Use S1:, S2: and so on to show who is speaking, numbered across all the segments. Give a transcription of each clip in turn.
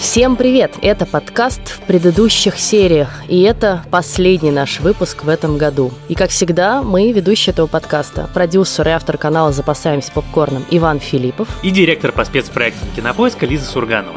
S1: Всем привет! Это подкаст в предыдущих сериях, и это последний наш выпуск в этом году. И, как всегда, мы, ведущие этого подкаста, продюсер и автор канала «Запасаемся попкорном» Иван Филиппов
S2: и директор по спецпроектам Кинопоиска Лиза Сурганова.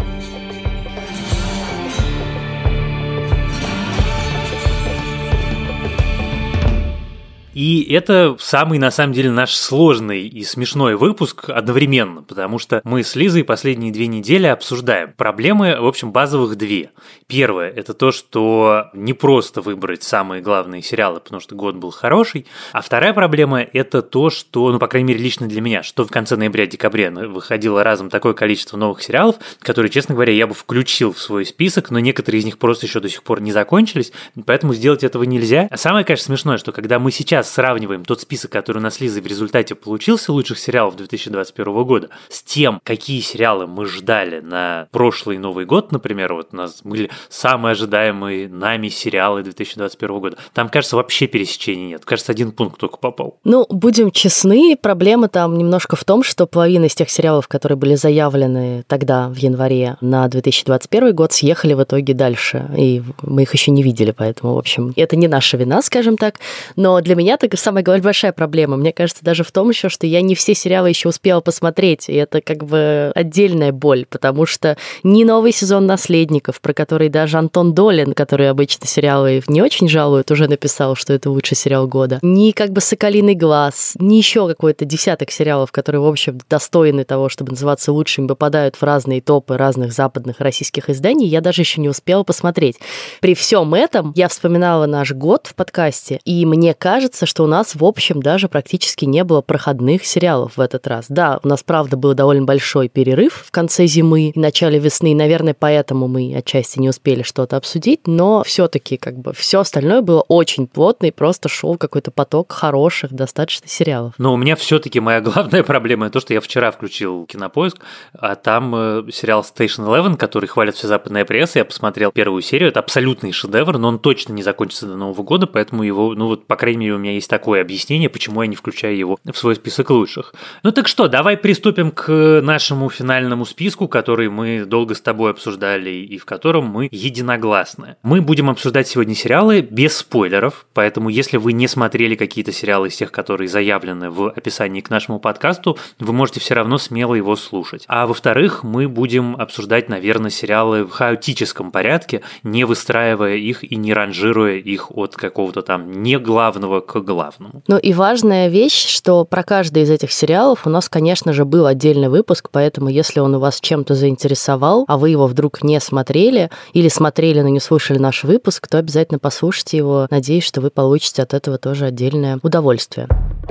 S2: И это самый, на самом деле, наш сложный и смешной выпуск одновременно, потому что мы с Лизой последние 2 недели обсуждаем. Проблемы, в общем, базовых 2. Первое – это то, что не просто выбрать самые главные сериалы, потому что год был хороший. А вторая проблема – это то, что, по крайней мере, лично для меня, что в конце ноября-декабря выходило разом такое количество новых сериалов, которые, честно говоря, я бы включил в свой список, но некоторые из них просто еще до сих пор не закончились, поэтому сделать этого нельзя. А самое, конечно, смешное, что когда мы сейчас сравниваем тот список, который у нас с Лизой в результате получился лучших сериалов 2021 года, с тем, какие сериалы мы ждали на прошлый Новый год, например, вот у нас были самые ожидаемые нами сериалы 2021 года. Там, кажется, вообще пересечений нет. Кажется, 1 пункт только попал.
S1: Будем честны, проблема там немножко в том, что половина из тех сериалов, которые были заявлены тогда, в январе, на 2021 год, съехали в итоге дальше, и мы их еще не видели, поэтому, в общем, это не наша вина, скажем так, но для меня это самая большая проблема. Мне кажется, даже в том еще, что я не все сериалы еще успела посмотреть, и это как бы отдельная боль, потому что ни новый сезон «Наследников», про который даже Антон Долин, который обычно сериалы не очень жалует, уже написал, что это лучший сериал года, ни как бы «Соколиный глаз», ни еще какой-то десяток сериалов, которые, в общем, достойны того, чтобы называться лучшими, попадают в разные топы разных западных российских изданий, я даже еще не успела посмотреть. При всем этом я вспоминала наш год в подкасте, и мне кажется, что у нас, в общем, даже практически не было проходных сериалов в этот раз. Да, у нас, правда, был довольно большой перерыв в конце зимы и начале весны, и, наверное, поэтому мы отчасти не успели что-то обсудить, но все-таки как бы все остальное было очень плотно, и просто шел какой-то поток хороших достаточно сериалов.
S2: Но у меня все-таки моя главная проблема то, что я вчера включил Кинопоиск, а там сериал Station Eleven, который хвалит вся западная пресса, я посмотрел первую серию, это абсолютный шедевр, но он точно не закончится до Нового года, поэтому его, по крайней мере, у меня есть такое объяснение, почему я не включаю его в свой список лучших. Так что, давай приступим к нашему финальному списку, который мы долго с тобой обсуждали и в котором мы единогласны. Мы будем обсуждать сегодня сериалы без спойлеров, поэтому если вы не смотрели какие-то сериалы из тех, которые заявлены в описании к нашему подкасту, вы можете все равно смело его слушать. А во-вторых, мы будем обсуждать, наверное, сериалы в хаотическом порядке, не выстраивая их и не ранжируя их от какого-то там не главного к главному.
S1: И важная вещь, что про каждый из этих сериалов у нас, конечно же, был отдельный выпуск, поэтому если он у вас чем-то заинтересовал, а вы его вдруг не смотрели или смотрели, но не слушали наш выпуск, то обязательно послушайте его. Надеюсь, что вы получите от этого тоже отдельное удовольствие.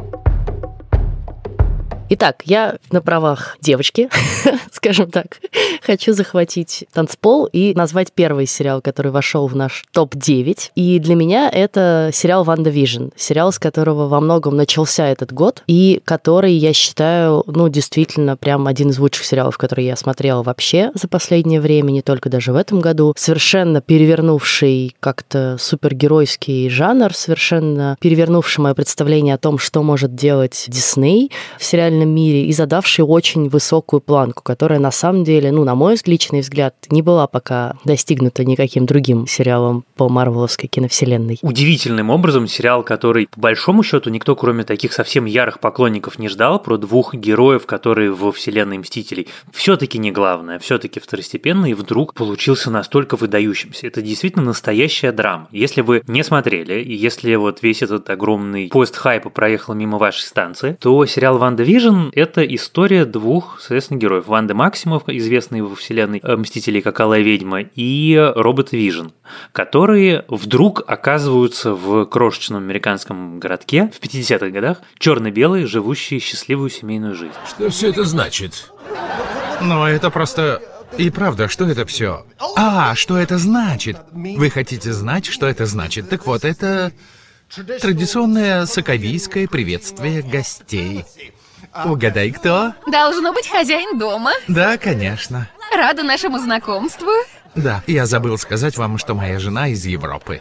S1: Итак, я на правах девочки, скажем так, хочу захватить танцпол и назвать первый сериал, который вошел в наш топ-9. И для меня это сериал «Ванда Вижн», сериал, с которого во многом начался этот год, и который, я считаю, действительно прям один из лучших сериалов, которые я смотрела вообще за последнее время, не только даже в этом году. Совершенно перевернувший как-то супергеройский жанр, совершенно перевернувший мое представление о том, что может делать Дисней в сериальном мире и задавший очень высокую планку, которая на самом деле, на мой личный взгляд, не была пока достигнута никаким другим сериалом по марвеловской киновселенной.
S2: Удивительным образом сериал, который, по большому счету, никто, кроме таких совсем ярых поклонников, не ждал, про 2 героев, которые во вселенной Мстителей все-таки не главное, все-таки второстепенно, и вдруг получился настолько выдающимся. Это действительно настоящая драма. Если вы не смотрели, и если весь этот огромный поезд хайпа проехал мимо вашей станции, то сериал «Ванда Вижн» — это история 2, соответственно, героев. Ванды Максимов, известные во вселенной Мстителей как Алая ведьма, и Робот Вижн, которые вдруг оказываются в крошечном американском городке в 50-х годах, черно-белые, живущие счастливую семейную жизнь.
S3: Что все это значит?
S4: Это просто... И правда, что это все? Что это значит? Вы хотите знать, что это значит? Так вот, это традиционное соковийское приветствие гостей. Угадай, кто?
S5: Должно быть хозяин дома.
S4: Да, конечно.
S5: Рада нашему знакомству.
S4: Да, я забыл сказать вам, что моя жена из Европы.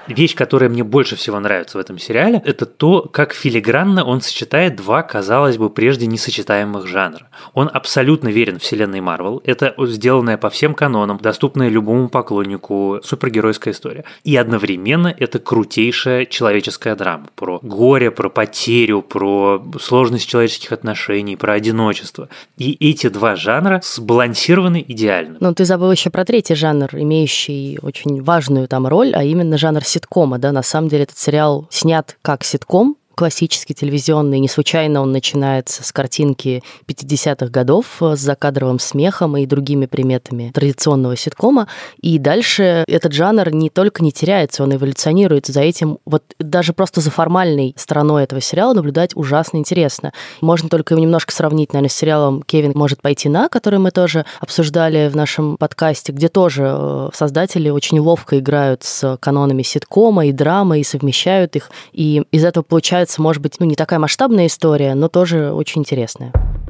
S2: Вещь, которая мне больше всего нравится в этом сериале, это то, как филигранно он сочетает два, казалось бы, прежде несочетаемых жанра. Он абсолютно верен вселенной Марвел. Это сделанная по всем канонам, доступная любому поклоннику супергеройская история. И одновременно это крутейшая человеческая драма про горе, про потерю, про сложность человеческих отношений, про одиночество. И эти два жанра сбалансированы идеально.
S1: Но ты забыл еще про третий жанр, имеющий очень важную там роль, а именно жанр ситкома, да, на самом деле этот сериал снят как ситком, классический телевизионный, не случайно он начинается с картинки 50-х годов с закадровым смехом и другими приметами традиционного ситкома, и дальше этот жанр не только не теряется, он эволюционирует, за этим вот даже просто за формальной стороной этого сериала наблюдать ужасно интересно. Можно только его немножко сравнить, наверное, с сериалом «Кевин может пойти на», который мы тоже обсуждали в нашем подкасте, где тоже создатели очень ловко играют с канонами ситкома и драмы, и совмещают их, и из этого получается, может быть, не такая масштабная история, но тоже очень интересная.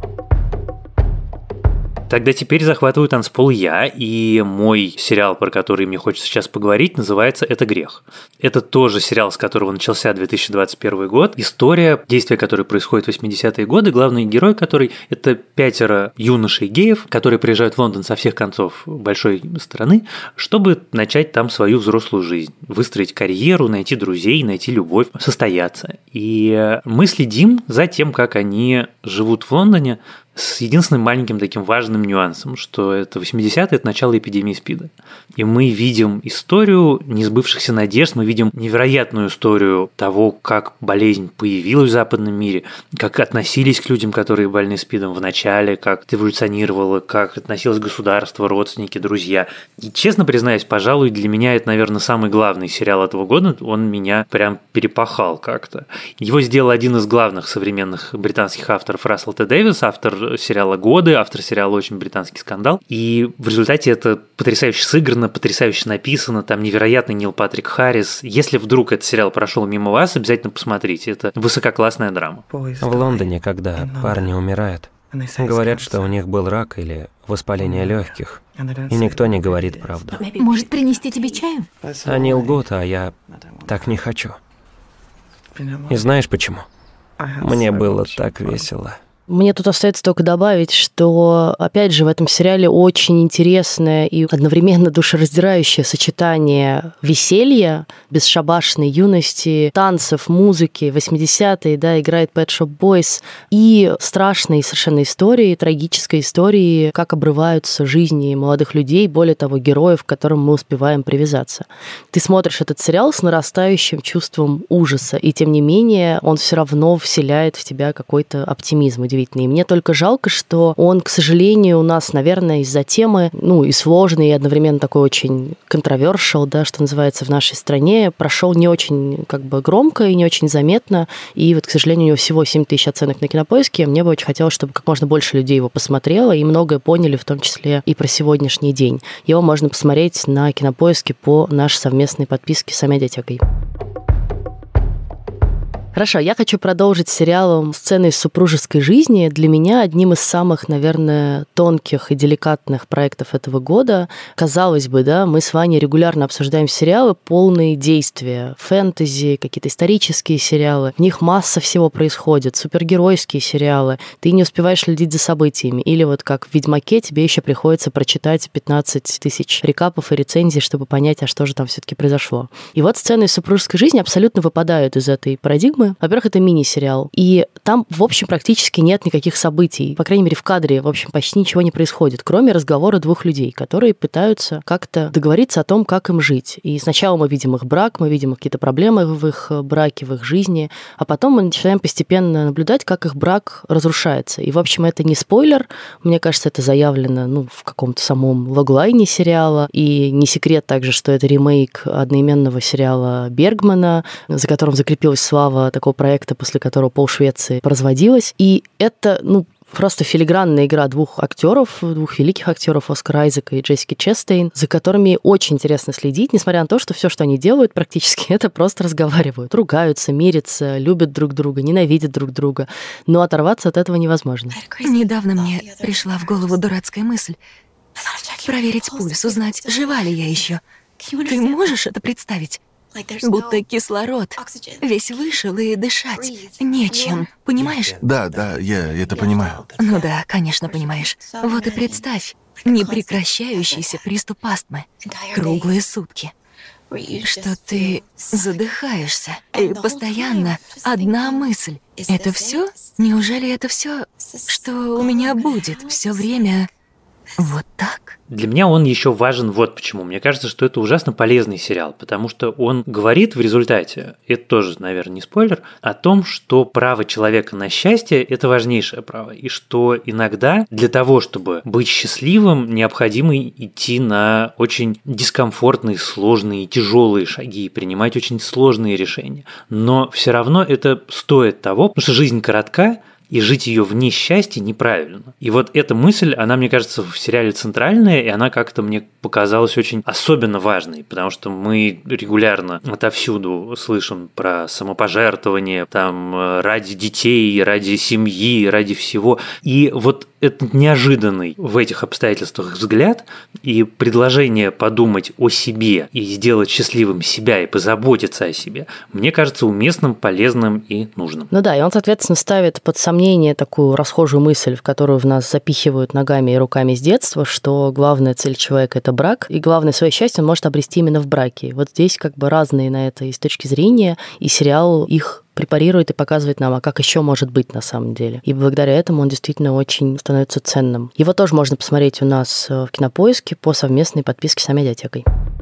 S2: Тогда теперь захватываю танцпол я, и мой сериал, про который мне хочется сейчас поговорить, называется «Это грех». Это тоже сериал, с которого начался 2021 год. История, действие которой происходит в 80-е годы. Главный герой, который – это 5 юношей-геев, которые приезжают в Лондон со всех концов большой страны, чтобы начать там свою взрослую жизнь, выстроить карьеру, найти друзей, найти любовь, состояться. И мы следим за тем, как они живут в Лондоне, с единственным маленьким таким важным нюансом, что это 80-е, это начало эпидемии СПИДа. И мы видим историю несбывшихся надежд, мы видим невероятную историю того, как болезнь появилась в западном мире, как относились к людям, которые больны СПИДом в начале, как это эволюционировало, как относилось государство, родственники, друзья. И, честно признаюсь, пожалуй, для меня это, наверное, самый главный сериал этого года, он меня прям перепахал как-то. Его сделал один из главных современных британских авторов Рассел Т. Дэвис, автор сериала «Годы», автор сериала «Очень британский скандал». И в результате это потрясающе сыграно, потрясающе написано, там невероятный Нил Патрик Харрис. Если вдруг этот сериал прошел мимо вас, обязательно посмотрите. Это высококлассная драма.
S3: В Лондоне, когда парни умирают, говорят, что у них был рак или воспаление легких, и никто не говорит правду.
S5: Может, принести тебе чаю?
S3: Они лгут, а я так не хочу. И знаешь почему? Мне было так весело.
S1: Мне тут остается только добавить, что, опять же, в этом сериале очень интересное и одновременно душераздирающее сочетание веселья, бесшабашной юности, танцев, музыки, 80-е, да, играет Pet Shop Boys, и страшной совершенно истории, трагической истории, как обрываются жизни молодых людей, более того, героев, к которым мы успеваем привязаться. Ты смотришь этот сериал с нарастающим чувством ужаса, и тем не менее он все равно вселяет в тебя какой-то оптимизм. И мне только жалко, что он, к сожалению, у нас, наверное, из-за темы, и сложный, и одновременно такой очень controversial, да, что называется, в нашей стране, прошел не очень громко и не очень заметно. И вот, к сожалению, у него всего 7 тысяч оценок на Кинопоиске. Мне бы очень хотелось, чтобы как можно больше людей его посмотрело и многое поняли, в том числе и про сегодняшний день. Его можно посмотреть на Кинопоиске по нашей совместной подписке с Амедиатекой. Хорошо, я хочу продолжить сериалом «Сцены из супружеской жизни». Для меня одним из самых, наверное, тонких и деликатных проектов этого года. Казалось бы, да, мы с Ваней регулярно обсуждаем сериалы, полные действия, фэнтези, какие-то исторические сериалы. В них масса всего происходит, супергеройские сериалы. Ты не успеваешь следить за событиями. Или вот как в «Ведьмаке» тебе еще приходится прочитать 15 тысяч рекапов и рецензий, чтобы понять, а что же там все-таки произошло. И вот «Сцены из супружеской жизни» абсолютно выпадают из этой парадигмы. Во-первых, это мини-сериал. И там, в общем, практически нет никаких событий. По крайней мере, в кадре, в общем, почти ничего не происходит, кроме разговора двух людей, которые пытаются как-то договориться о том, как им жить. И сначала мы видим их брак, мы видим какие-то проблемы в их браке, в их жизни, а потом мы начинаем постепенно наблюдать, как их брак разрушается. И, в общем, это не спойлер. Мне кажется, это заявлено, в каком-то самом логлайне сериала. И не секрет также, что это ремейк одноименного сериала Бергмана, за которым закрепилась слава такого проекта, после которого пол Швеции поразводилась. И это, просто филигранная игра двух великих актеров, Оскара Айзека и Джессики Честейн, за которыми очень интересно следить, несмотря на то, что все, что они делают, практически это просто разговаривают, ругаются, мирятся, любят друг друга, ненавидят друг друга, но оторваться от этого невозможно.
S5: Недавно мне пришла в голову дурацкая мысль проверить пульс, узнать, жива ли я еще. Ты можешь это представить? Будто кислород весь вышел, и дышать нечем. Понимаешь?
S6: Да, я это понимаю.
S5: Ну да, конечно, понимаешь. Вот и представь, непрекращающийся приступ астмы. Круглые сутки. Что ты задыхаешься. И постоянно одна мысль. Это все? Неужели это все, что у меня будет все время вот так?
S2: Для меня он еще важен вот почему. Мне кажется, что это ужасно полезный сериал, потому что он говорит в результате, это тоже, наверное, не спойлер, о том, что право человека на счастье – это важнейшее право, и что иногда для того, чтобы быть счастливым, необходимо идти на очень дискомфортные, сложные, тяжелые шаги, принимать очень сложные решения. Но все равно это стоит того, потому что жизнь коротка, и жить ее вне счастья неправильно. И вот эта мысль, она, мне кажется, в сериале центральная, и она как-то мне показалась очень особенно важной, потому что мы регулярно отовсюду слышим про самопожертвование, там, ради детей, ради семьи, ради всего. И вот этот неожиданный в этих обстоятельствах взгляд и предложение подумать о себе и сделать счастливым себя и позаботиться о себе, мне кажется уместным, полезным и нужным.
S1: Ну да, и он, соответственно, ставит под сомнение такую расхожую мысль, в которую в нас запихивают ногами и руками с детства, что главная цель человека – это брак, и главное свое счастье он может обрести именно в браке. Вот здесь как бы разные на это и с точки зрения, и сериал их препарирует и показывает нам, а как еще может быть на самом деле. И благодаря этому он действительно очень становится ценным. Его тоже можно посмотреть у нас в Кинопоиске по совместной подписке с Амедиатекой.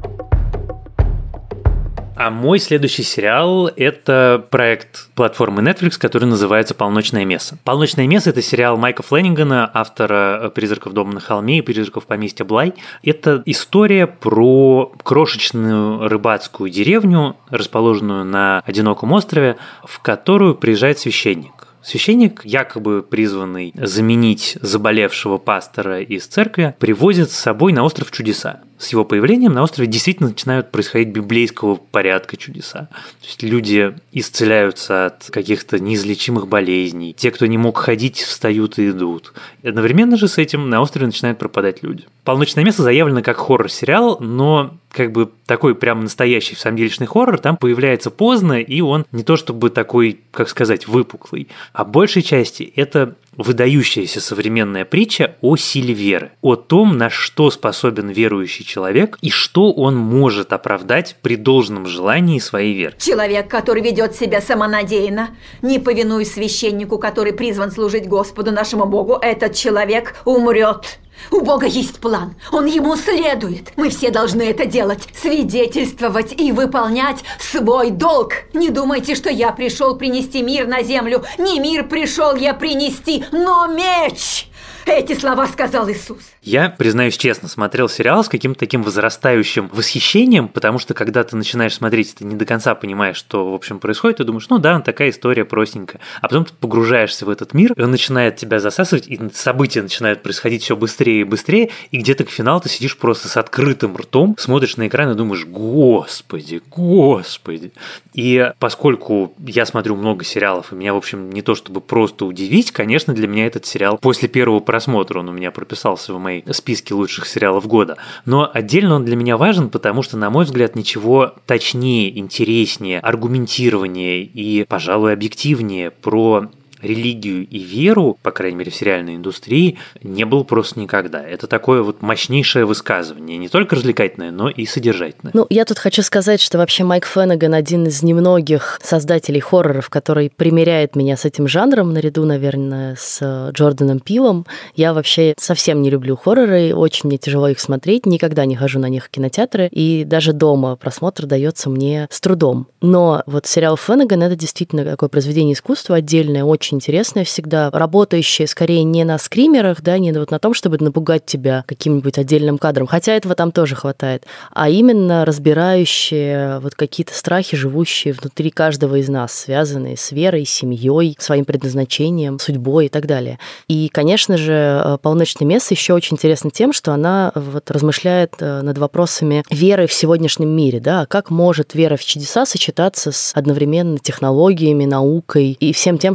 S2: А мой следующий сериал – это проект платформы Netflix, который называется «Полночное место». «Полночное место» – это сериал Майка Флэннигана, автора «Призраков дома на холме» и «Призраков поместья Блай». Это история про крошечную рыбацкую деревню, расположенную на одиноком острове, в которую приезжает священник. Священник, якобы призванный заменить заболевшего пастора из церкви, привозит с собой на остров чудеса. С его появлением на острове действительно начинают происходить библейского порядка чудеса. То есть люди исцеляются от каких-то неизлечимых болезней. Те, кто не мог ходить, встают и идут. И одновременно же с этим на острове начинают пропадать люди. «Полночное место» заявлено как хоррор-сериал, но как бы такой прям настоящий всамделишный хоррор там появляется поздно, и он не то чтобы такой, как сказать, выпуклый, а в большей части это выдающаяся современная притча о силе веры, о том, на что способен верующий человек и что он может оправдать при должном желании своей веры.
S7: Человек, который ведет себя самонадеянно, не повинуясь священнику, который призван служить Господу нашему Богу, этот человек умрет. У Бога есть план, Он ему следует. Мы все должны это делать, свидетельствовать и выполнять свой долг. Не думайте, что я пришел принести мир на землю. Не мир пришел я принести, но меч. Эти слова сказал Иисус.
S2: Я, признаюсь честно, смотрел сериал с каким-то таким возрастающим восхищением, потому что когда ты начинаешь смотреть, ты не до конца понимаешь, что, в общем, происходит, ты думаешь, ну да, такая история простенькая. А потом ты погружаешься в этот мир, и он начинает тебя засасывать, и события начинают происходить все быстрее и быстрее, и где-то к финалу ты сидишь просто с открытым ртом, смотришь на экран и думаешь, господи, господи. И поскольку я смотрю много сериалов, и меня, в общем, не то чтобы просто удивить, конечно, для меня этот сериал после первого просмотра, он у меня прописался в моей списке лучших сериалов года. Но отдельно он для меня важен, потому что, на мой взгляд, ничего точнее, интереснее, аргументированнее и, пожалуй, объективнее про религию и веру, по крайней мере в сериальной индустрии, не было просто никогда. Это такое вот мощнейшее высказывание, не только развлекательное, но и содержательное.
S1: Ну, я тут хочу сказать, что вообще Майк Флэнниган один из немногих создателей хорроров, который примиряет меня с этим жанром, наряду, наверное, с Джорданом Пилом. Я вообще совсем не люблю хорроры, очень мне тяжело их смотреть, никогда не хожу на них в кинотеатры, и даже дома просмотр дается мне с трудом. Но вот сериал Флэнниган — это действительно такое произведение искусства отдельное, очень интересное всегда, работающее скорее не на скримерах, да, не вот на том, чтобы напугать тебя каким-нибудь отдельным кадром, хотя этого там тоже хватает, а именно разбирающее вот какие-то страхи, живущие внутри каждого из нас, связанные с верой, семьей, своим предназначением, судьбой и так далее. И, конечно же, «Полночное место» еще очень интересно тем, что она вот размышляет над вопросами веры в сегодняшнем мире, да, как может вера в чудеса сочетаться с одновременно технологиями, наукой и всем тем, что нас окружает.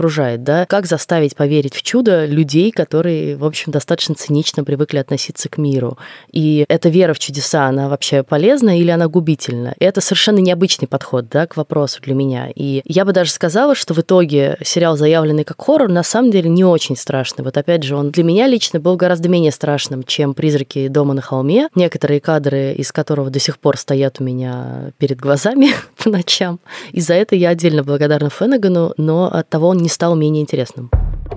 S1: погружает, да, как заставить поверить в чудо людей, которые, в общем, достаточно цинично привыкли относиться к миру. И эта вера в чудеса, она вообще полезна или она губительна? Это совершенно необычный подход, да, к вопросу для меня. И я бы даже сказала, что в итоге сериал, заявленный как хоррор, на самом деле не очень страшный. Вот опять же, он для меня лично был гораздо менее страшным, чем «Призраки дома на холме», некоторые кадры из которого до сих пор стоят у меня перед глазами по ночам. И за это я отдельно благодарна Феннигану, но оттого он не стал менее интересным.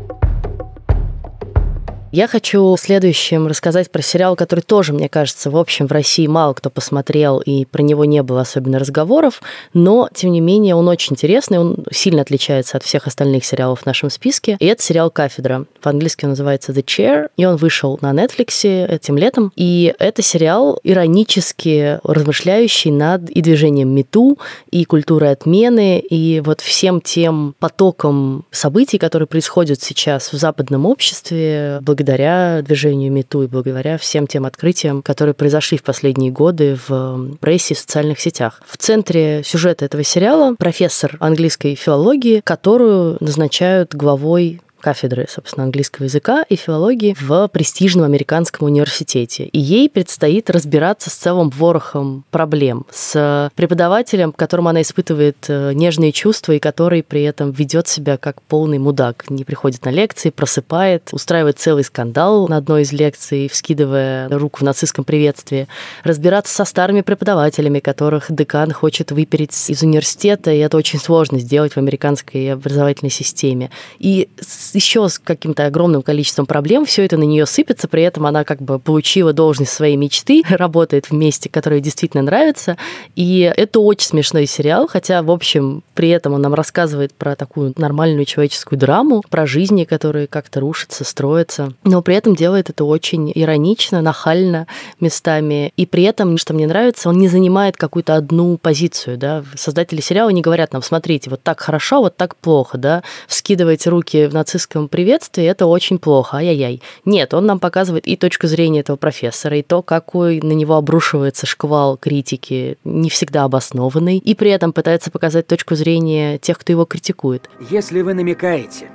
S1: Я хочу в следующем рассказать про сериал, который тоже, мне кажется, в общем, в России мало кто посмотрел, и про него не было особенно разговоров, но, тем не менее, он очень интересный, он сильно отличается от всех остальных сериалов в нашем списке, и это сериал «Кафедра». По-английски он называется «The Chair», и он вышел на Netflix этим летом, и это сериал, иронически размышляющий над и движением MeToo, и культурой отмены, и вот всем тем потоком событий, которые происходят сейчас в западном обществе, благодаря движению MeToo и благодаря всем тем открытиям, которые произошли в последние годы в прессе и социальных сетях. В центре сюжета этого сериала профессор английской филологии, которую назначают главой кафедры, собственно, английского языка и филологии в престижном американском университете. И ей предстоит разбираться с целым ворохом проблем, с преподавателем, к которому она испытывает нежные чувства и который при этом ведет себя как полный мудак, не приходит на лекции, просыпает, устраивает целый скандал на одной из лекций, вскидывая руку в нацистском приветствии, разбираться со старыми преподавателями, которых декан хочет выпереть из университета, и это очень сложно сделать в американской образовательной системе. И еще с каким-то огромным количеством проблем, все это на нее сыпется, при этом она как бы получила должность своей мечты, работает в месте, которое действительно нравится, и это очень смешной сериал, хотя, в общем, при этом он нам рассказывает про такую нормальную человеческую драму, про жизни, которые как-то рушатся, строятся, но при этом делает это очень иронично, нахально местами, и при этом, что мне нравится, он не занимает какую-то одну позицию, да, создатели сериала не говорят нам, смотрите, вот так хорошо, вот так плохо, да, вскидывайте руки в нацистском приветствии, это очень плохо, ай-яй-яй. Нет, он нам показывает и точку зрения этого профессора, и то, какой на него обрушивается шквал критики, не всегда обоснованный, и при этом пытается показать точку зрения тех, кто его критикует.
S8: Если вы намекаете,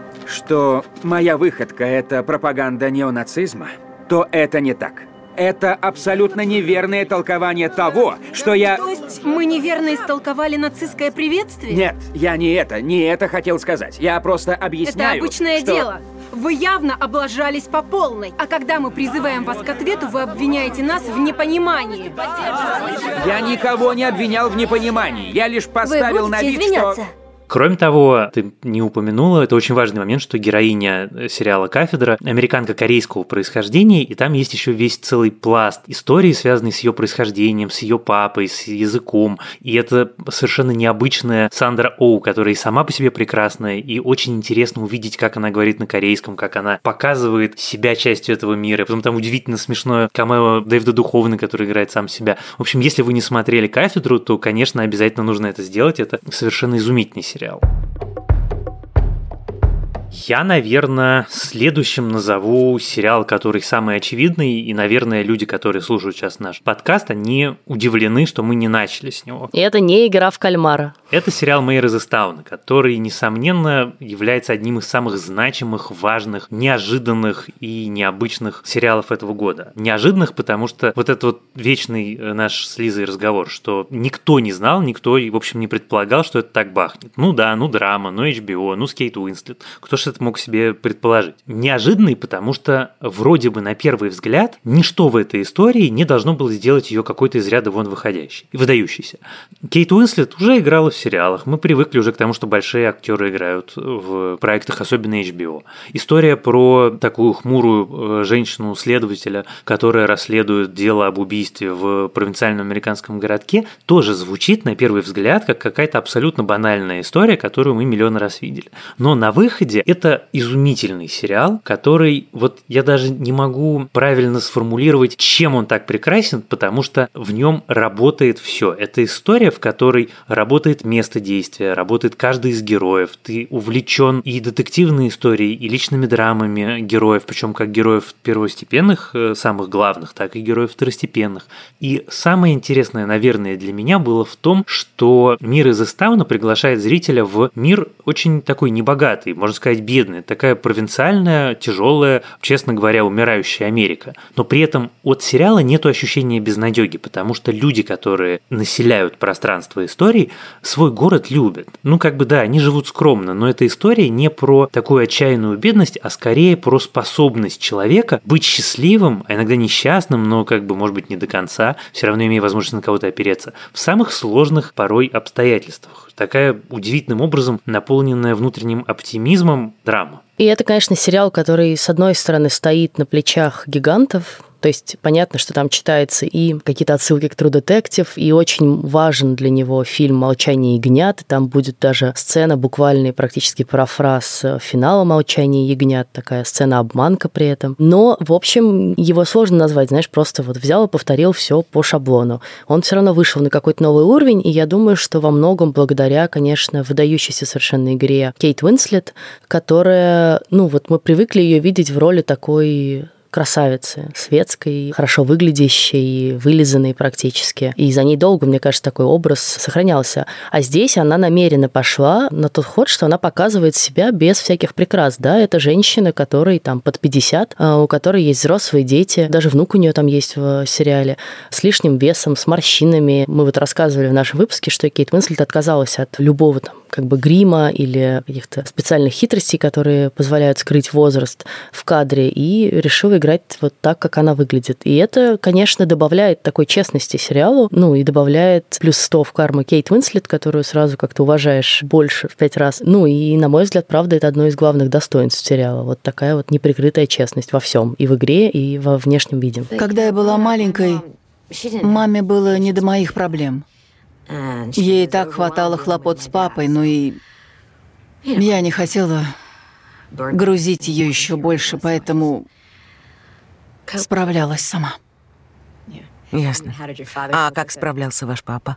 S8: что моя выходка – это пропаганда неонацизма, то это не так. Это абсолютно неверное толкование того, что я...
S9: То есть мы неверно истолковали нацистское приветствие?
S8: Нет, я не это хотел сказать. Я просто объясняю,
S9: это обычное
S8: что...
S9: дело. Вы явно облажались по полной. А когда мы призываем вас к ответу, вы обвиняете нас в непонимании.
S8: Я никого не обвинял в непонимании. Я лишь поставил на вид,
S9: извиняться?
S8: что...
S2: Кроме того, ты не упомянула, это очень важный момент, что героиня сериала «Кафедра» американка корейского происхождения, и там есть еще весь целый пласт истории, связанный с ее происхождением, с ее папой, с языком. И это совершенно необычная Сандра Оу, которая и сама по себе прекрасная, и очень интересно увидеть, как она говорит на корейском, как она показывает себя частью этого мира. Потом там удивительно смешное камео Дэвида Духовны, который играет сам себя. В общем, если вы не смотрели «Кафедру», то, конечно, обязательно нужно это сделать. Это совершенно изумительный сериал. Я, наверное, следующим назову сериал, который самый очевидный, и, наверное, люди, которые слушают сейчас наш подкаст, они удивлены, что мы не начали с него.
S1: И это не «Игра в кальмара».
S2: Это сериал «Мэйр из Истауна», который, несомненно, является одним из самых значимых, важных, неожиданных и необычных сериалов этого года. Неожиданных, потому что вот этот вот вечный наш с Лизой разговор, что никто не знал, никто, в общем, не предполагал, что это так бахнет. Ну да, ну драма, ну HBO, ну с Кейт Уинслет. Кто ж это мог себе предположить? Неожиданный, потому что вроде бы на первый взгляд ничто в этой истории не должно было сделать ее какой-то из ряда вон выходящей и выдающейся. Кейт Уинслет уже играла в сериалах, мы привыкли уже к тому, что большие актеры играют в проектах, особенно HBO. История про такую хмурую женщину-следователя, которая расследует дело об убийстве в провинциальном американском городке, тоже звучит на первый взгляд как какая-то абсолютно банальная история, которую мы миллион раз видели. Но на выходе Это изумительный сериал, который вот я даже не могу правильно сформулировать, чем он так прекрасен, потому что в нем работает все. Это история, в которой работает место действия, работает каждый из героев. Ты увлечен и детективной историей, и личными драмами героев, причем как героев первостепенных, самых главных, так и героев второстепенных. И самое интересное, наверное, для меня было в том, что «Мир из Истауна» приглашает зрителя в мир очень такой небогатый, можно сказать, бедный, такая провинциальная, тяжелая, честно говоря, умирающая Америка. Но при этом от сериала нету ощущения безнадеги, потому что люди, которые населяют пространство истории, свой город любят. Да, они живут скромно, но эта история не про такую отчаянную бедность, а скорее про способность человека быть счастливым, а иногда несчастным, но может быть не до конца, все равно имея возможность на кого-то опереться, в самых сложных порой обстоятельствах. Такая удивительным образом наполненная внутренним оптимизмом драма.
S1: И это, конечно, сериал, который, с одной стороны, стоит на плечах гигантов. То есть понятно, что там читается и какие-то отсылки к True Detective, и очень важен для него фильм «Молчание ягнят», и там будет даже сцена, буквальный практически парафраз финала «Молчание ягнят», такая сцена-обманка при этом. Но, в общем, его сложно назвать, просто взял и повторил все по шаблону. Он все равно вышел на какой-то новый уровень, и я думаю, что во многом благодаря, конечно, выдающейся совершенно игре Кейт Уинслет, которая, мы привыкли ее видеть в роли такой красавицы, светской, хорошо выглядящей, вылизанной практически. И за ней долго, мне кажется, такой образ сохранялся. А здесь она намеренно пошла на тот ход, что она показывает себя без всяких прикрас. Да, это женщина, которой под 50, у которой есть взрослые дети, даже внук у нее там есть в сериале, с лишним весом, с морщинами. Мы рассказывали в нашем выпуске, что Кейт Уинслет отказалась от любого грима или каких-то специальных хитростей, которые позволяют скрыть возраст в кадре, и решила играть так, как она выглядит. И это, конечно, добавляет такой честности сериалу, и добавляет плюс 100 в карму Кейт Уинслет, которую сразу как-то уважаешь больше в 5 раз. И, на мой взгляд, правда, это одно из главных достоинств сериала. Такая неприкрытая честность во всем, и в игре, и во внешнем виде.
S10: Когда я была маленькой, маме было не до моих проблем. Ей так хватало хлопот с папой, и я не хотела грузить ее еще больше, поэтому справлялась сама.
S11: Ясно. А как справлялся ваш папа?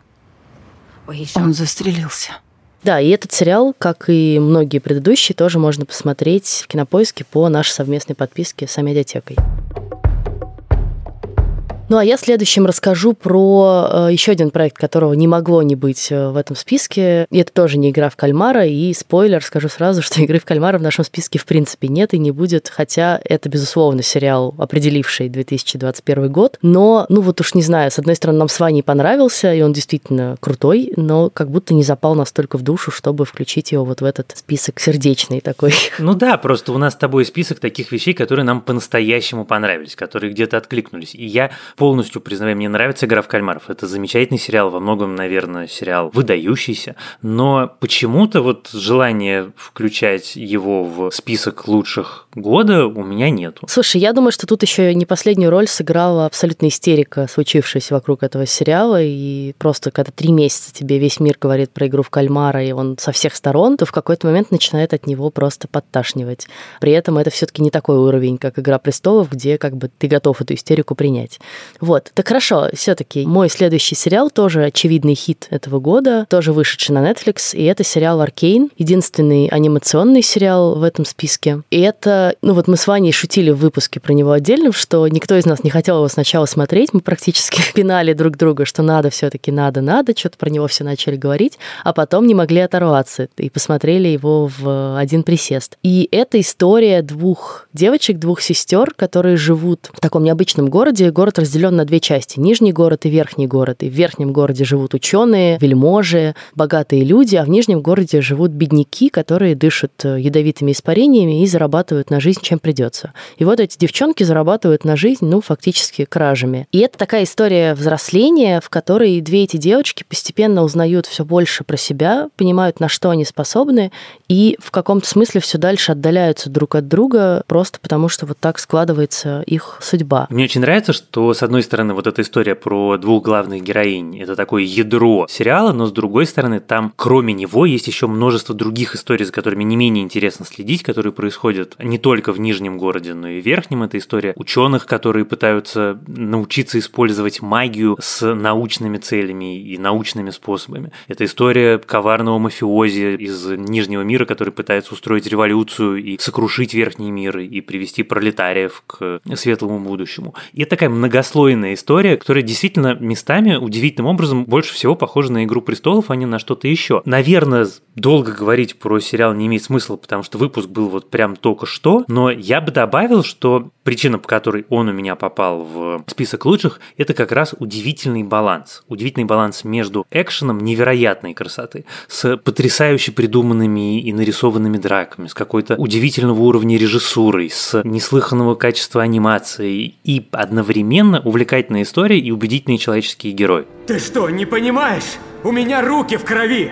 S10: Он застрелился.
S1: Да, и этот сериал, как и многие предыдущие, тоже можно посмотреть в Кинопоиске по нашей совместной подписке с Амедиатекой. А я следующим расскажу про еще один проект, которого не могло не быть в этом списке. И это тоже не игра в кальмара. И спойлер, скажу сразу, что игры в кальмара в нашем списке в принципе нет и не будет. Хотя это, безусловно, сериал, определивший 2021 год. Но, уж не знаю, с одной стороны, нам с Ваней понравился, и он действительно крутой, но как будто не запал настолько в душу, чтобы включить его в этот список сердечный такой.
S2: Да, просто у нас с тобой список таких вещей, которые нам по-настоящему понравились, которые где-то откликнулись. И я полностью признаю, мне нравится «Игра в кальмаров». Это замечательный сериал, во многом, наверное, сериал выдающийся, но почему-то желание включать его в список лучших года у меня нету.
S1: Слушай, я думаю, что тут еще не последнюю роль сыграла абсолютная истерика, случившаяся вокруг этого сериала, и просто когда 3 месяца тебе весь мир говорит про «Игру в кальмара», и он со всех сторон, то в какой-то момент начинает от него просто подташнивать. При этом это все-таки не такой уровень, как «Игра престолов», где ты готов эту истерику принять. Так хорошо, все-таки мой следующий сериал тоже очевидный хит этого года, тоже вышедший на Netflix, и это сериал «Аркейн», единственный анимационный сериал в этом списке. И это, мы с Ваней шутили в выпуске про него отдельно, что никто из нас не хотел его сначала смотреть, мы практически пинали друг друга, что надо все-таки, надо, что-то про него все начали говорить, а потом не могли оторваться и посмотрели его в один присест. И это история 2 девочек, 2 сестер, которые живут в таком необычном городе. Город разделен на 2 части: нижний город и верхний город. И в верхнем городе живут ученые, вельможи, богатые люди, а в нижнем городе живут бедняки, которые дышат ядовитыми испарениями и зарабатывают на жизнь, чем придется. И эти девчонки зарабатывают на жизнь, фактически кражами. И это такая история взросления, в которой 2 эти девочки постепенно узнают все больше про себя, понимают, на что они способны, и в каком-то смысле все дальше отдаляются друг от друга, просто потому что так складывается их судьба.
S2: Мне очень нравится, что, с с одной стороны, вот эта история про двух главных героинь, это такое ядро сериала, но с другой стороны, там кроме него есть еще множество других историй, за которыми не менее интересно следить, которые происходят не только в Нижнем городе, но и в Верхнем. Это история ученых, которые пытаются научиться использовать магию с научными целями и научными способами. Это история коварного мафиози из Нижнего мира, который пытается устроить революцию и сокрушить Верхний мир и привести пролетариев к светлому будущему. И это такая многослойная история, которая действительно местами удивительным образом больше всего похожа на «Игру престолов», а не на что-то еще. Наверное, долго говорить про сериал не имеет смысла, потому что выпуск был вот прям только что, но я бы добавил, что причина, по которой он у меня попал в список лучших, это как раз удивительный баланс. Удивительный баланс между экшеном невероятной красоты, с потрясающе придуманными и нарисованными драками, с какой-то удивительного уровня режиссурой, с неслыханного качества анимации и одновременно увлекательная история и убедительные человеческие герои.
S12: Ты что, не понимаешь? У меня руки в крови!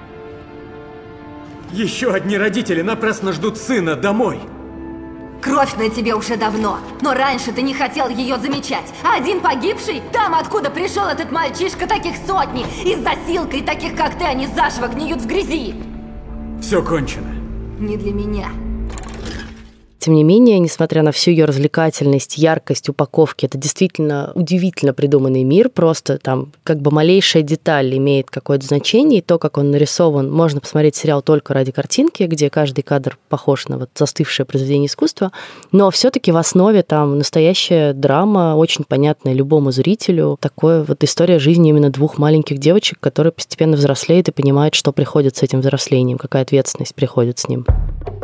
S12: Еще одни родители напрасно ждут сына домой.
S13: Кровь на тебе уже давно, но раньше ты не хотел ее замечать. А один погибший, там, откуда пришел этот мальчишка, таких сотни. И с засилкой таких, как ты, они заживо гниют в грязи.
S12: Все кончено.
S13: Не для меня.
S1: Тем не менее, несмотря на всю ее развлекательность, яркость упаковки, это действительно удивительно придуманный мир, просто там как бы малейшая деталь имеет какое-то значение, и то, как он нарисован, можно посмотреть сериал только ради картинки, где каждый кадр похож на вот застывшее произведение искусства, но все-таки в основе там настоящая драма, очень понятная любому зрителю, такое вот история жизни именно двух маленьких девочек, которые постепенно взрослеют и понимают, что приходит с этим взрослением, какая ответственность приходит с ним.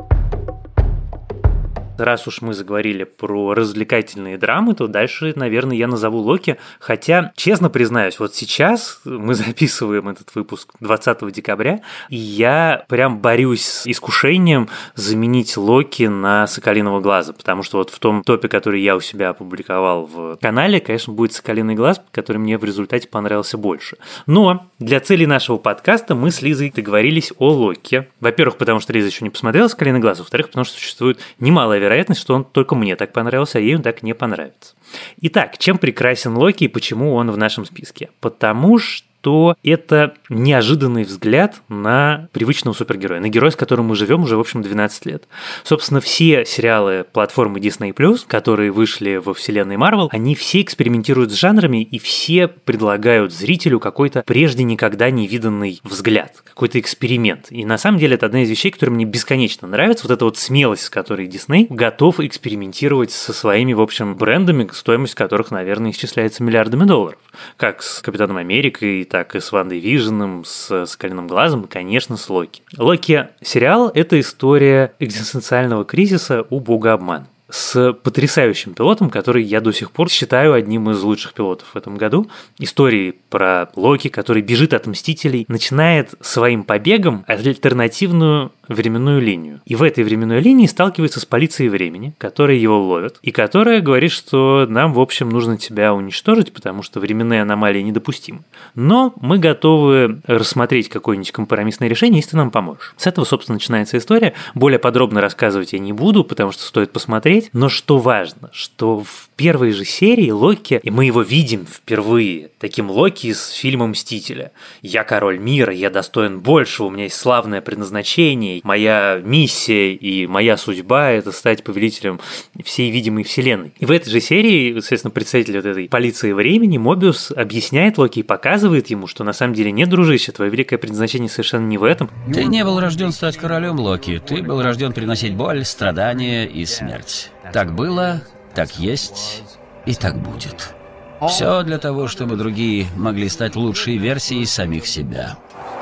S2: Раз уж мы заговорили про развлекательные драмы, то дальше, наверное, я назову Локи. Хотя, честно признаюсь, вот сейчас мы записываем этот выпуск 20 декабря, и я прям борюсь с искушением заменить Локи на Соколиного глаза, потому что вот в том топе, который я у себя опубликовал в канале, конечно, будет Соколиный глаз, который мне в результате понравился больше. Но для целей нашего подкаста мы с Лизой договорились о Локи. Во-первых, потому что Лиза еще не посмотрела Соколиный глаз, во-вторых, потому что существует немалая вероятность, что он только мне так понравился, а ей он так не понравится. Итак, чем прекрасен Локи и почему он в нашем списке? Потому что это неожиданный взгляд на привычного супергероя, на героя, с которым мы живем уже, в общем, 12 лет. Собственно, все сериалы платформы Disney+, которые вышли во вселенной Marvel, они все экспериментируют с жанрами и все предлагают зрителю какой-то прежде никогда не виданный взгляд, какой-то эксперимент. И на самом деле это одна из вещей, которая мне бесконечно нравится, вот эта вот смелость, с которой Disney готов экспериментировать со своими, в общем, брендами, стоимость которых, наверное, исчисляется миллиардами долларов. Как с Капитаном Америкой, так и с Вандой Виженом, с Соколиным глазом и, конечно, с Локи. Локи сериал – это история экзистенциального кризиса у бога обмана. С потрясающим пилотом, который я до сих пор считаю одним из лучших пилотов в этом году. Истории про Локи, который бежит от Мстителей, начинает своим побегом альтернативную временную линию. И в этой временной линии сталкивается с полицией времени, которая его ловит, и которая говорит, что нам, в общем, нужно тебя уничтожить, потому что временные аномалии недопустимы. Но мы готовы рассмотреть какое-нибудь компромиссное решение, если ты нам поможешь. С этого, собственно, начинается история. Более подробно рассказывать я не буду, потому что стоит посмотреть. Но что важно, что в первой же серии Локи, и мы его видим впервые, таким Локи из фильма «Мстители». «Я король мира, я достоин большего, у меня есть славное предназначение, моя миссия и моя судьба – это стать повелителем всей видимой вселенной». И в этой же серии, соответственно, представитель вот этой полиции времени Мобиус объясняет Локи и показывает ему, что на самом деле нет, дружище, твое великое предназначение совершенно не в этом.
S14: Ты не был рожден стать королем, Локи. Ты был рожден приносить боль, страдания и смерть. Так было, так есть и так будет. Все для того, чтобы другие могли стать лучшей версией самих себя.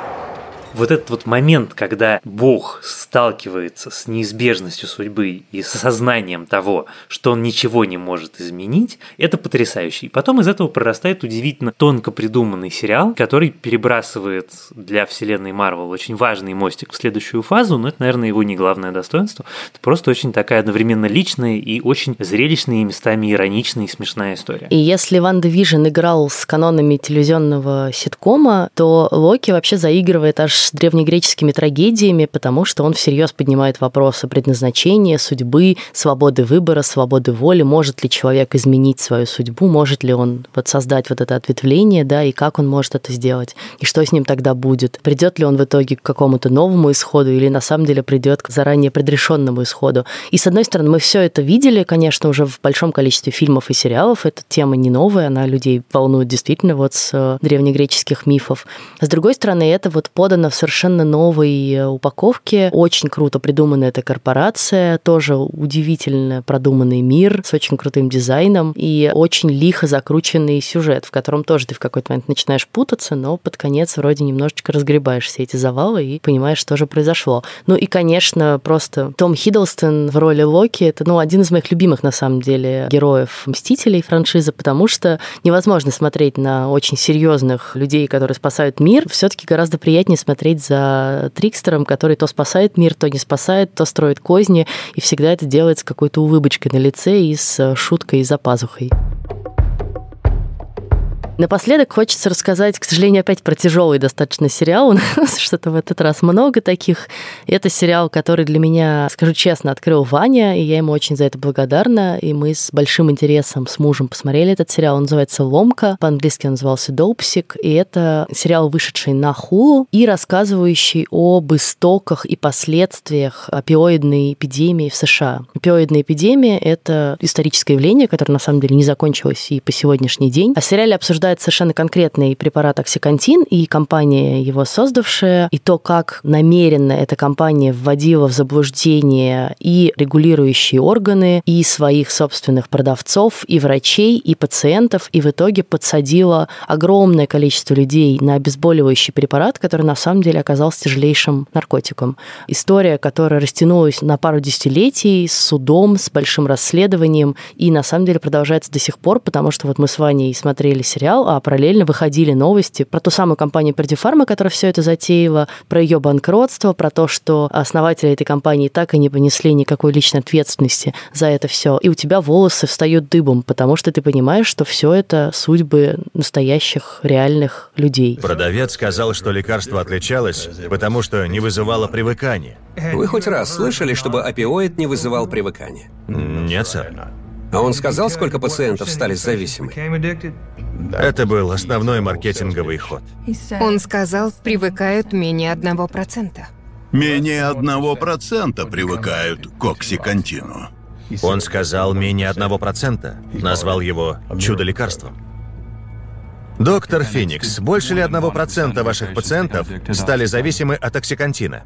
S2: Вот этот вот момент, когда Бог сталкивается с неизбежностью судьбы и с осознанием того, что он ничего не может изменить, это потрясающе. И потом из этого прорастает удивительно тонко придуманный сериал, который перебрасывает для вселенной Marvel очень важный мостик в следующую фазу, но это, наверное, его не главное достоинство. Это просто очень такая одновременно личная и очень зрелищная, и местами ироничная и смешная история.
S1: И если Ванда Вижн играл с канонами телевизионного ситкома, то Локи вообще заигрывает аж с древнегреческими трагедиями, потому что он всерьез поднимает вопросы предназначения, судьбы, свободы выбора, свободы воли. Может ли человек изменить свою судьбу? Может ли он создать это ответвление, да, и как он может это сделать? И что с ним тогда будет? Придет ли он в итоге к какому-то новому исходу или на самом деле придет к заранее предрешенному исходу? И с одной стороны, мы все это видели, конечно, уже в большом количестве фильмов и сериалов. Эта тема не новая, она людей волнует действительно с древнегреческих мифов. С другой стороны, это подано в совершенно новой упаковке. Очень круто придумана эта корпорация, тоже удивительно продуманный мир с очень крутым дизайном и очень лихо закрученный сюжет, в котором тоже ты в какой-то момент начинаешь путаться, но под конец вроде немножечко разгребаешь все эти завалы и понимаешь, что же произошло. Ну и, конечно, просто Том Хиддлстон в роли Локи — это, один из моих любимых, на самом деле, героев Мстителей франшизы, потому что невозможно смотреть на очень серьезных людей, которые спасают мир. Все-таки гораздо приятнее смотреть за трикстером, который то спасает мир, то не спасает, то строит козни, и всегда это делает с какой-то улыбочкой на лице и с шуткой за пазухой. Напоследок хочется рассказать, к сожалению, опять про тяжелый достаточно сериал. У нас что-то в этот раз много таких. Это сериал, который для меня, скажу честно, открыл Ваня, и я ему очень за это благодарна. И мы с большим интересом с мужем посмотрели этот сериал. Он называется «Ломка». По-английски он назывался «Допсик». И это сериал, вышедший на Hulu и рассказывающий об истоках и последствиях опиоидной эпидемии в США. Опиоидная эпидемия — это историческое явление, которое на самом деле не закончилось и по сегодняшний день. А в сериале обсуждается совершенно конкретный препарат оксикантин и компания, его создавшая, и то, как намеренно эта компания вводила в заблуждение и регулирующие органы, и своих собственных продавцов, и врачей, и пациентов, и в итоге подсадила огромное количество людей на обезболивающий препарат, который на самом деле оказался тяжелейшим наркотиком. История, которая растянулась на пару десятилетий с судом, с большим расследованием, и на самом деле продолжается до сих пор, потому что мы с Ваней смотрели сериал, а параллельно выходили новости про ту самую компанию Purdue Pharma, которая все это затеяла, про ее банкротство, про то, что основатели этой компании так и не понесли никакой личной ответственности за это все. И у тебя волосы встают дыбом, потому что ты понимаешь, что все это судьбы настоящих, реальных людей.
S15: Продавец сказал, что лекарство отличалось, потому что не вызывало привыкания.
S16: Вы хоть раз слышали, чтобы опиоид не вызывал привыкания?
S15: Нет, сэр.
S16: А он сказал, сколько пациентов стали зависимы?
S15: Это был основной маркетинговый ход.
S17: Он сказал, привыкают менее 1%.
S18: Менее 1% привыкают к оксикантину.
S15: Он сказал менее 1%, назвал его чудо-лекарством. Доктор Феникс, больше ли 1% ваших пациентов стали зависимы от оксикантина?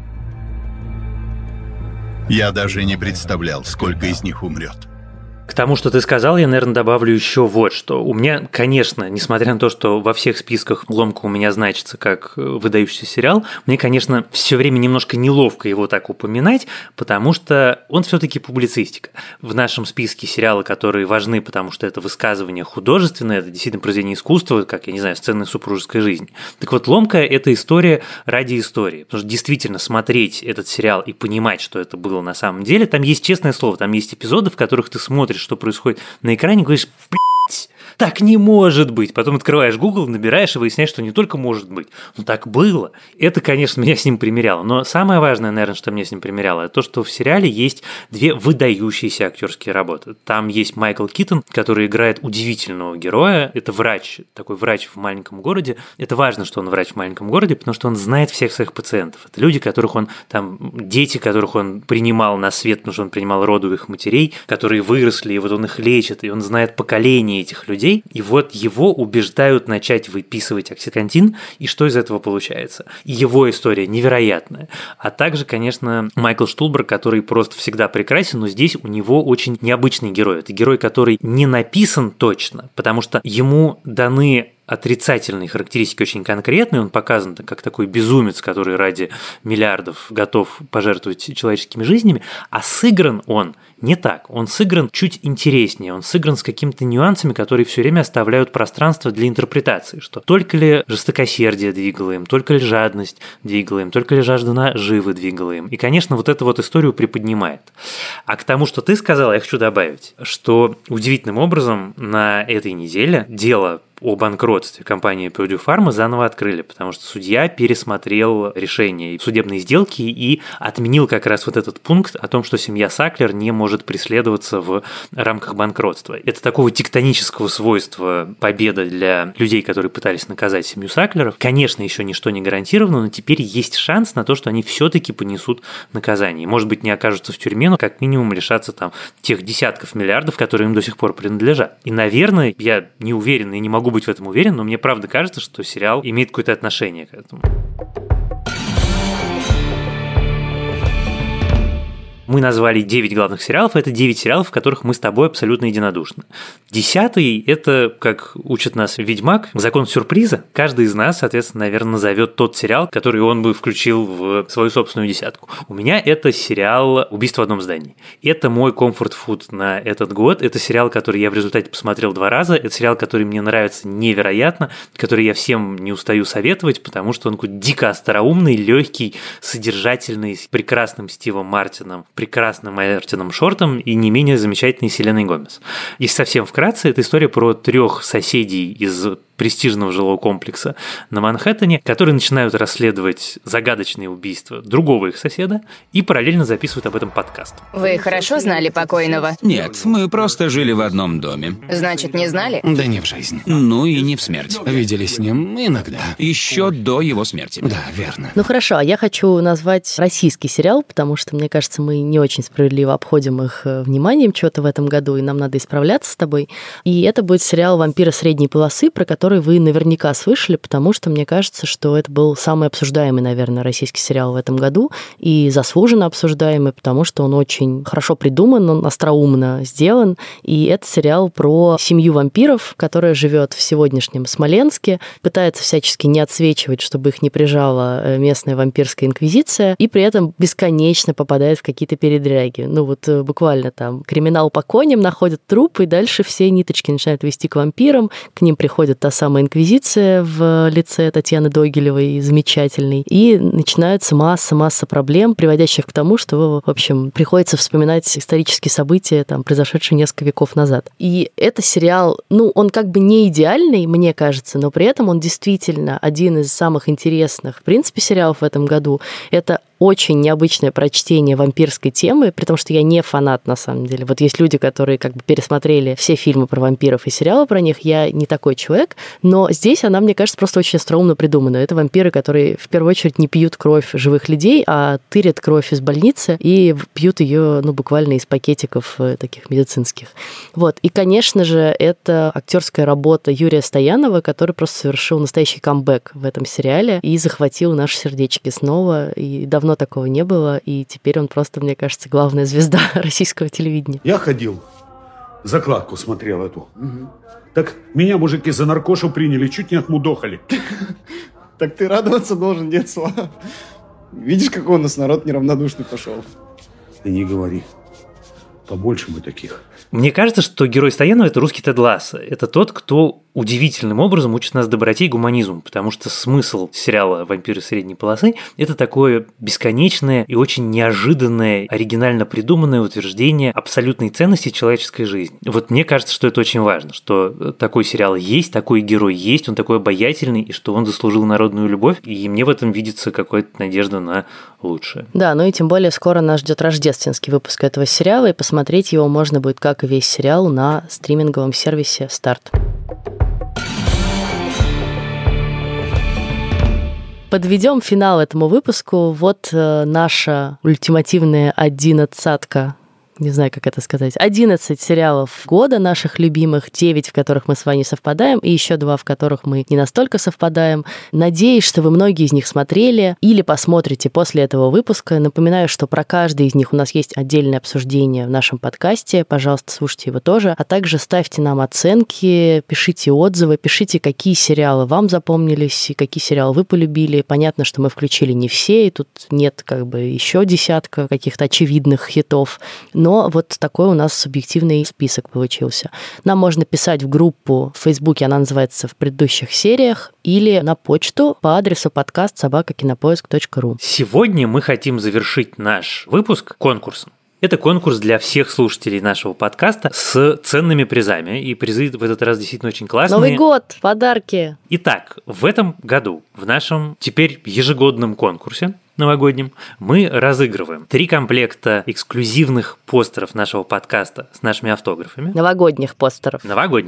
S18: Я даже не представлял, сколько из них умрет.
S2: К тому, что ты сказал, я, наверное, добавлю еще вот что. У меня, конечно, несмотря на то, что во всех списках «Ломка» у меня значится как выдающийся сериал, мне, конечно, все время немножко неловко его так упоминать, потому что он все-таки публицистика. В нашем списке сериалы, которые важны, потому что это высказывание художественное, это действительно произведение искусства, как, я не знаю, сцены супружеской жизни. Так вот, «Ломка» — это история ради истории. Потому что действительно смотреть этот сериал и понимать, что это было на самом деле, там есть, честное слово, там есть эпизоды, в которых ты смотришь, что происходит на экране, говоришь, блядь, так не может быть. Потом открываешь Google, набираешь и выясняешь, что не только может быть, но так было. Это, конечно, меня с ним примеряло. Но самое важное, наверное, что меня с ним примеряло, это то, что в сериале есть две выдающиеся актерские работы. Там есть Майкл Китон, который играет удивительного героя. Это врач, такой врач в маленьком городе. Это важно, что он врач в маленьком городе, потому что он знает всех своих пациентов. Это люди, которых он, дети, которых он принимал на свет, потому что он принимал роды у их матерей, которые выросли, и вот он их лечит, и он знает поколение этих людей. И вот его убеждают начать выписывать оксикантин, и что из этого получается? И его история невероятная. А также, конечно, Майкл Штулберг, который просто всегда прекрасен, но здесь у него очень необычный герой. Это герой, который не написан точно, потому что ему даны отрицательные характеристики очень конкретные, он показан как такой безумец, который ради миллиардов готов пожертвовать человеческими жизнями, а сыгран он не так. Он сыгран чуть интереснее, он сыгран с какими-то нюансами, которые все время оставляют пространство для интерпретации, что только ли жестокосердие двигало им, только ли жадность двигала им, только ли жажда наживы двигала им. И, конечно, вот эту вот историю приподнимает. А к тому, что ты сказала, я хочу добавить, что удивительным образом на этой неделе дело о банкротстве компании Purdue Pharma заново открыли, потому что судья пересмотрел решение судебной сделки и отменил как раз вот этот пункт о том, что семья Саклер не может преследоваться в рамках банкротства. Это такого тектонического свойства победа для людей, которые пытались наказать семью Саклеров. Конечно, еще ничто не гарантировано, но теперь есть шанс на то, что они все-таки понесут наказание. Может быть, не окажутся в тюрьме, но как минимум лишатся там тех десятков миллиардов, которые им до сих пор принадлежат. И, наверное, я не уверен и не могу быть в этом уверен, но мне правда кажется, что сериал имеет какое-то отношение к этому. Мы назвали 9 главных сериалов, это 9 сериалов, в которых мы с тобой абсолютно единодушны. 10-й – это, как учит нас Ведьмак, закон сюрприза. Каждый из нас, соответственно, наверное, назовет тот сериал, который он бы включил в свою собственную десятку. У меня это сериал «Убийство в одном здании». Это мой комфорт-фуд на этот год. Это сериал, который я в результате посмотрел 2 раза. Это сериал, который мне нравится невероятно, который я всем не устаю советовать, потому что он какой-то дико остроумный, легкий, содержательный, с прекрасным Стивом Мартином, прекрасным Мартином Шортом и не менее замечательной Селеной Гомес. Если совсем вкратце, это история про 3 соседей из престижного жилого комплекса на Манхэттене, которые начинают расследовать загадочные убийства другого их соседа и параллельно записывают об этом подкаст.
S19: Вы хорошо знали покойного?
S14: Нет, мы просто жили в одном доме.
S19: Значит, не знали?
S20: Да не в жизни.
S14: Ну и не в смерть.
S20: Видели с ним иногда.
S14: Еще до его смерти.
S20: Да, верно.
S1: Ну хорошо, а я хочу назвать российский сериал, потому что, мне кажется, мы не очень справедливо обходим их вниманием чего-то в этом году, и нам надо исправляться с тобой. И это будет сериал «Вампиры средней полосы», про который вы наверняка слышали, потому что мне кажется, что это был самый обсуждаемый, наверное, российский сериал в этом году, и заслуженно обсуждаемый, потому что он очень хорошо придуман, он остроумно сделан, и это сериал про семью вампиров, которая живет в сегодняшнем Смоленске, пытается всячески не отсвечивать, чтобы их не прижала местная вампирская инквизиция, и при этом бесконечно попадает в какие-то передряги. Ну вот буквально там криминал по коням, находят труп, и дальше все ниточки начинают вести к вампирам, к ним приходит та самая инквизиция в лице Татьяны Догилевой, замечательной, и начинается масса проблем, приводящих к тому, что, в общем, приходится вспоминать исторические события, там, произошедшие несколько веков назад. И это сериал, ну, он как бы не идеальный, мне кажется, но при этом он действительно один из самых интересных, в принципе, сериалов в этом году. Это очень необычное прочтение вампирской темы, при том, что я не фанат, на самом деле. Вот есть люди, которые как бы пересмотрели все фильмы про вампиров и сериалы про них, я не такой человек, но здесь она, мне кажется, просто очень остроумно придумана. Это вампиры, которые в первую очередь не пьют кровь живых людей, а тырят кровь из больницы и пьют ее, ну, буквально из пакетиков таких медицинских. Вот. И, конечно же, это актерская работа Юрия Стоянова, который просто совершил настоящий камбэк в этом сериале и захватил наши сердечки снова, и давно такого не было, и теперь он просто, мне кажется, главная звезда российского телевидения.
S21: Я ходил, закладку смотрел эту. Так меня мужики за наркошу приняли, чуть не отмудохали.
S22: Так ты радоваться должен, дед Слав. Видишь, какой у нас народ неравнодушный пошел.
S21: Ты не говори. Побольше мы таких.
S2: Мне кажется, что герой Стоянова – это русский Тед Лассо. Это тот, кто удивительным образом учит нас доброте и гуманизму, потому что смысл сериала «Вампиры средней полосы» – это такое бесконечное и очень неожиданное, оригинально придуманное утверждение абсолютной ценности человеческой жизни. Вот мне кажется, что это очень важно, что такой сериал есть, такой герой есть, он такой обаятельный, и что он заслужил народную любовь, и мне в этом видится какая-то надежда на лучшее.
S1: Да, ну и тем более скоро нас ждет рождественский выпуск этого сериала, и посмотреть его можно будет, как и весь сериал, на стриминговом сервисе «Старт». Подведем финал этому выпуску. Вот наша ультимативная 11-ка. Не знаю, как это сказать. 11 сериалов года наших любимых, 9, в которых мы с вами совпадаем, и еще 2, в которых мы не настолько совпадаем. Надеюсь, что вы многие из них смотрели или посмотрите после этого выпуска. Напоминаю, что про каждый из них у нас есть отдельное обсуждение в нашем подкасте. Пожалуйста, слушайте его тоже. А также ставьте нам оценки, пишите отзывы, пишите, какие сериалы вам запомнились и какие сериалы вы полюбили. Понятно, что мы включили не все, и тут нет как бы еще десятка каких-то очевидных хитов. Но вот такой у нас субъективный список получился. Нам можно писать в группу в Фейсбуке, она называется «В предыдущих сериях», или на почту по адресу подкаст@кинопоиск.ру.
S2: Сегодня мы хотим завершить наш выпуск конкурсом. Это конкурс для всех слушателей нашего подкаста с ценными призами. И призы в этот раз действительно очень классные.
S1: Новый год, подарки.
S2: Итак, в этом году, в нашем теперь ежегодном конкурсе новогоднем, мы разыгрываем 3 комплекта эксклюзивных постеров нашего подкаста с нашими автографами.
S1: Новогодних постеров.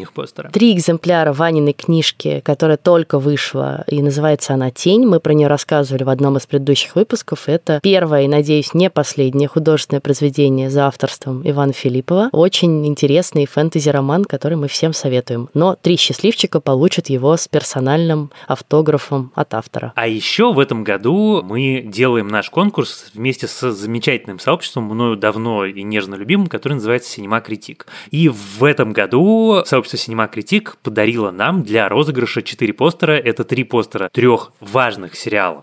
S2: 3
S1: экземпляра Ваниной книжки, которая только вышла, и называется она «Тень». Мы про нее рассказывали в одном из предыдущих выпусков. Это первое и, надеюсь, не последнее художественное произведение за авторством Ивана Филиппова. Очень интересный фэнтези-роман, который мы всем советуем. Но 3 счастливчика получат его с персональным автографом от автора.
S2: А еще в этом году мы делаем наш конкурс вместе с замечательным сообществом, мною давно и нежно любимым, который называется «Синема Критик». И в этом году сообщество «Синема Критик» подарило нам для розыгрыша 4 постера. Это 3 постера 3 важных сериалов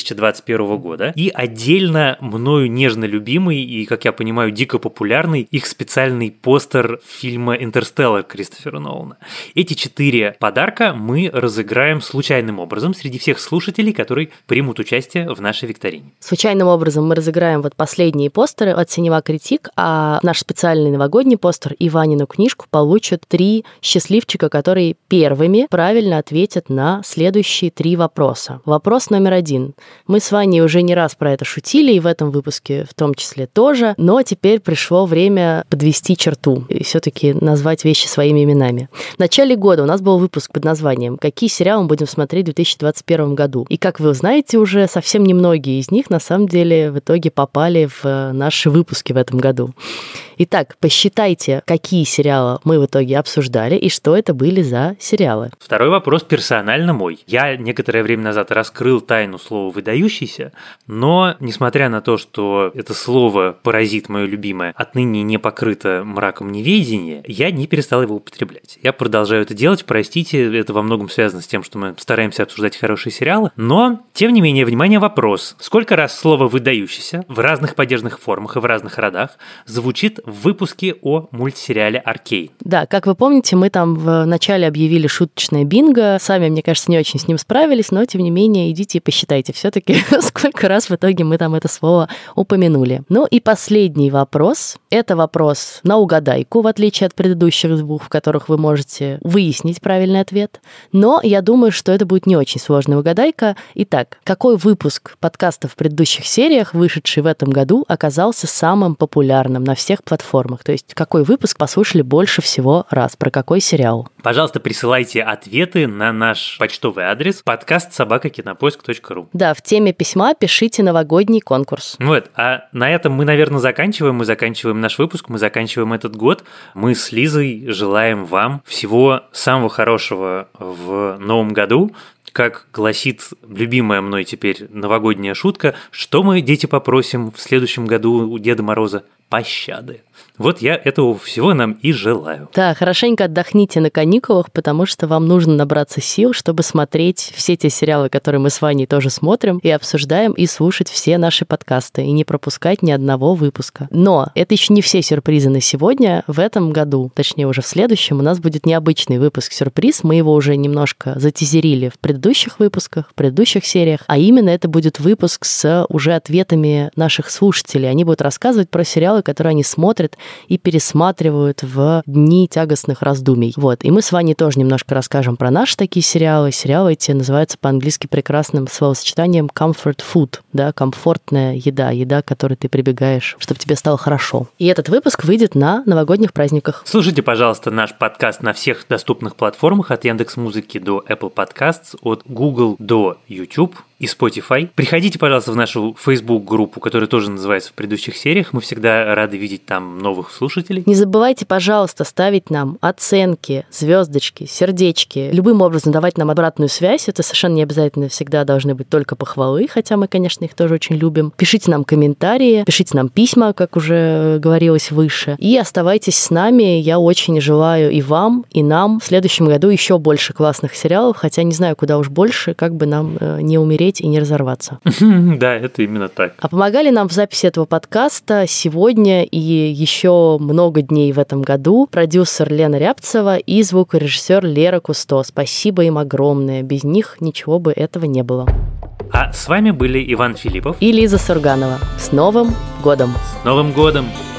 S2: 2021 года. И отдельно мною нежно любимый и, как я понимаю, дико популярный их специальный постер фильма «Интерстеллар» Кристофера Нолана. Эти 4 подарка мы разыграем случайным образом среди всех слушателей, которые примут участие в нашей викторине.
S1: Случайным образом мы разыграем вот последние постеры от Синема Критик, а наш специальный новогодний постер и Ванину книжку получат 3 счастливчика, которые первыми правильно ответят на следующие 3 вопроса. Вопрос номер 1. Мы с Ваней уже не раз про это шутили, и в этом выпуске в том числе тоже, но теперь пришло время подвести черту и все-таки назвать вещи своими именами. В начале года у нас был выпуск под названием «Какие сериалы мы будем смотреть в 2021 году?». И, как вы узнаете, уже совсем немногие из них на самом деле в итоге попали в наши выпуски в этом году. Итак, посчитайте, какие сериалы мы в итоге обсуждали и что это были за сериалы.
S2: Второй вопрос персонально мой. Я некоторое время назад раскрыл тайну слова «выдающийся», но, несмотря на то, что это слово «паразит» мое любимое отныне не покрыто мраком неведения, я не перестал его употреблять. Я продолжаю это делать, простите, это во многом связано с тем, что мы стараемся обсуждать хорошие сериалы, но, тем не менее, внимание, вопрос. Сколько раз слово «выдающийся» в разных падежных формах и в разных родах звучит в выпуске о мультсериале «Аркейн»?
S1: Да, как вы помните, мы там в начале объявили шуточное бинго. Сами, мне кажется, не очень с ним справились, но, тем не менее, идите и посчитайте все-таки, сколько раз в итоге мы там это слово упомянули. Ну и последний вопрос. Это вопрос на угадайку, в отличие от предыдущих 2, в которых вы можете выяснить правильный ответ. Но я думаю, что это будет не очень сложная угадайка. Итак, какой выпуск подкастов в предыдущих сериях, вышедший в этом году, оказался самым популярным на всех платформах? То есть какой выпуск послушали больше всего раз? Про какой сериал?
S2: Пожалуйста, присылайте ответы на наш почтовый адрес podcast@kinopoisk.ru.
S1: Да, в теме письма пишите новогодний конкурс.
S2: Вот, а на этом мы, наверное, заканчиваем. Мы заканчиваем наш выпуск, мы заканчиваем этот год. Мы с Лизой желаем вам всего самого хорошего в новом году. Как гласит любимая мной теперь новогодняя шутка, что мы, дети, попросим в следующем году у Деда Мороза? Пощады. Вот я этого всего нам и желаю.
S1: Да, хорошенько отдохните на каникулах, потому что вам нужно набраться сил, чтобы смотреть все те сериалы, которые мы с Ваней тоже смотрим и обсуждаем, и слушать все наши подкасты, и не пропускать ни одного выпуска. Но это еще не все сюрпризы на сегодня. В этом году, точнее уже в следующем, у нас будет необычный выпуск-сюрприз. Мы его уже немножко затизерили в предыдущих выпусках, в предыдущих сериях, а именно это будет выпуск с уже ответами наших слушателей. Они будут рассказывать про сериалы, которые они смотрят и пересматривают в дни тягостных раздумий. Вот. И мы с Ваней тоже немножко расскажем про наши такие сериалы. Сериалы эти называются по-английски прекрасным словосочетанием comfort food, да, комфортная еда, еда, к которой ты прибегаешь, чтобы тебе стало хорошо. И этот выпуск выйдет на новогодних праздниках.
S2: Слушайте, пожалуйста, наш подкаст на всех доступных платформах, от Яндекс.Музыки до Apple Podcasts, от Google до YouTube и Spotify. Приходите, пожалуйста, в нашу Facebook-группу, которая тоже называется в предыдущих сериях. Мы всегда рады видеть там новых слушателей.
S1: Не забывайте, пожалуйста, ставить нам оценки, звездочки, сердечки, любым образом давать нам обратную связь. Это совершенно не обязательно всегда должны быть только похвалы, хотя мы, конечно, их тоже очень любим. Пишите нам комментарии, пишите нам письма, как уже говорилось выше. И оставайтесь с нами. Я очень желаю и вам, и нам в следующем году еще больше классных сериалов, хотя не знаю, куда уж больше, как бы нам не умереть и не разорваться.
S2: Да, это именно так.
S1: А помогали нам в записи этого подкаста сегодня и еще много дней в этом году продюсер Лена Рябцева и звукорежиссер Лера Кусто. Спасибо им огромное. Без них ничего бы этого не было.
S2: А с вами были Иван Филиппов
S1: и Лиза Сурганова. С Новым годом!
S2: С Новым годом!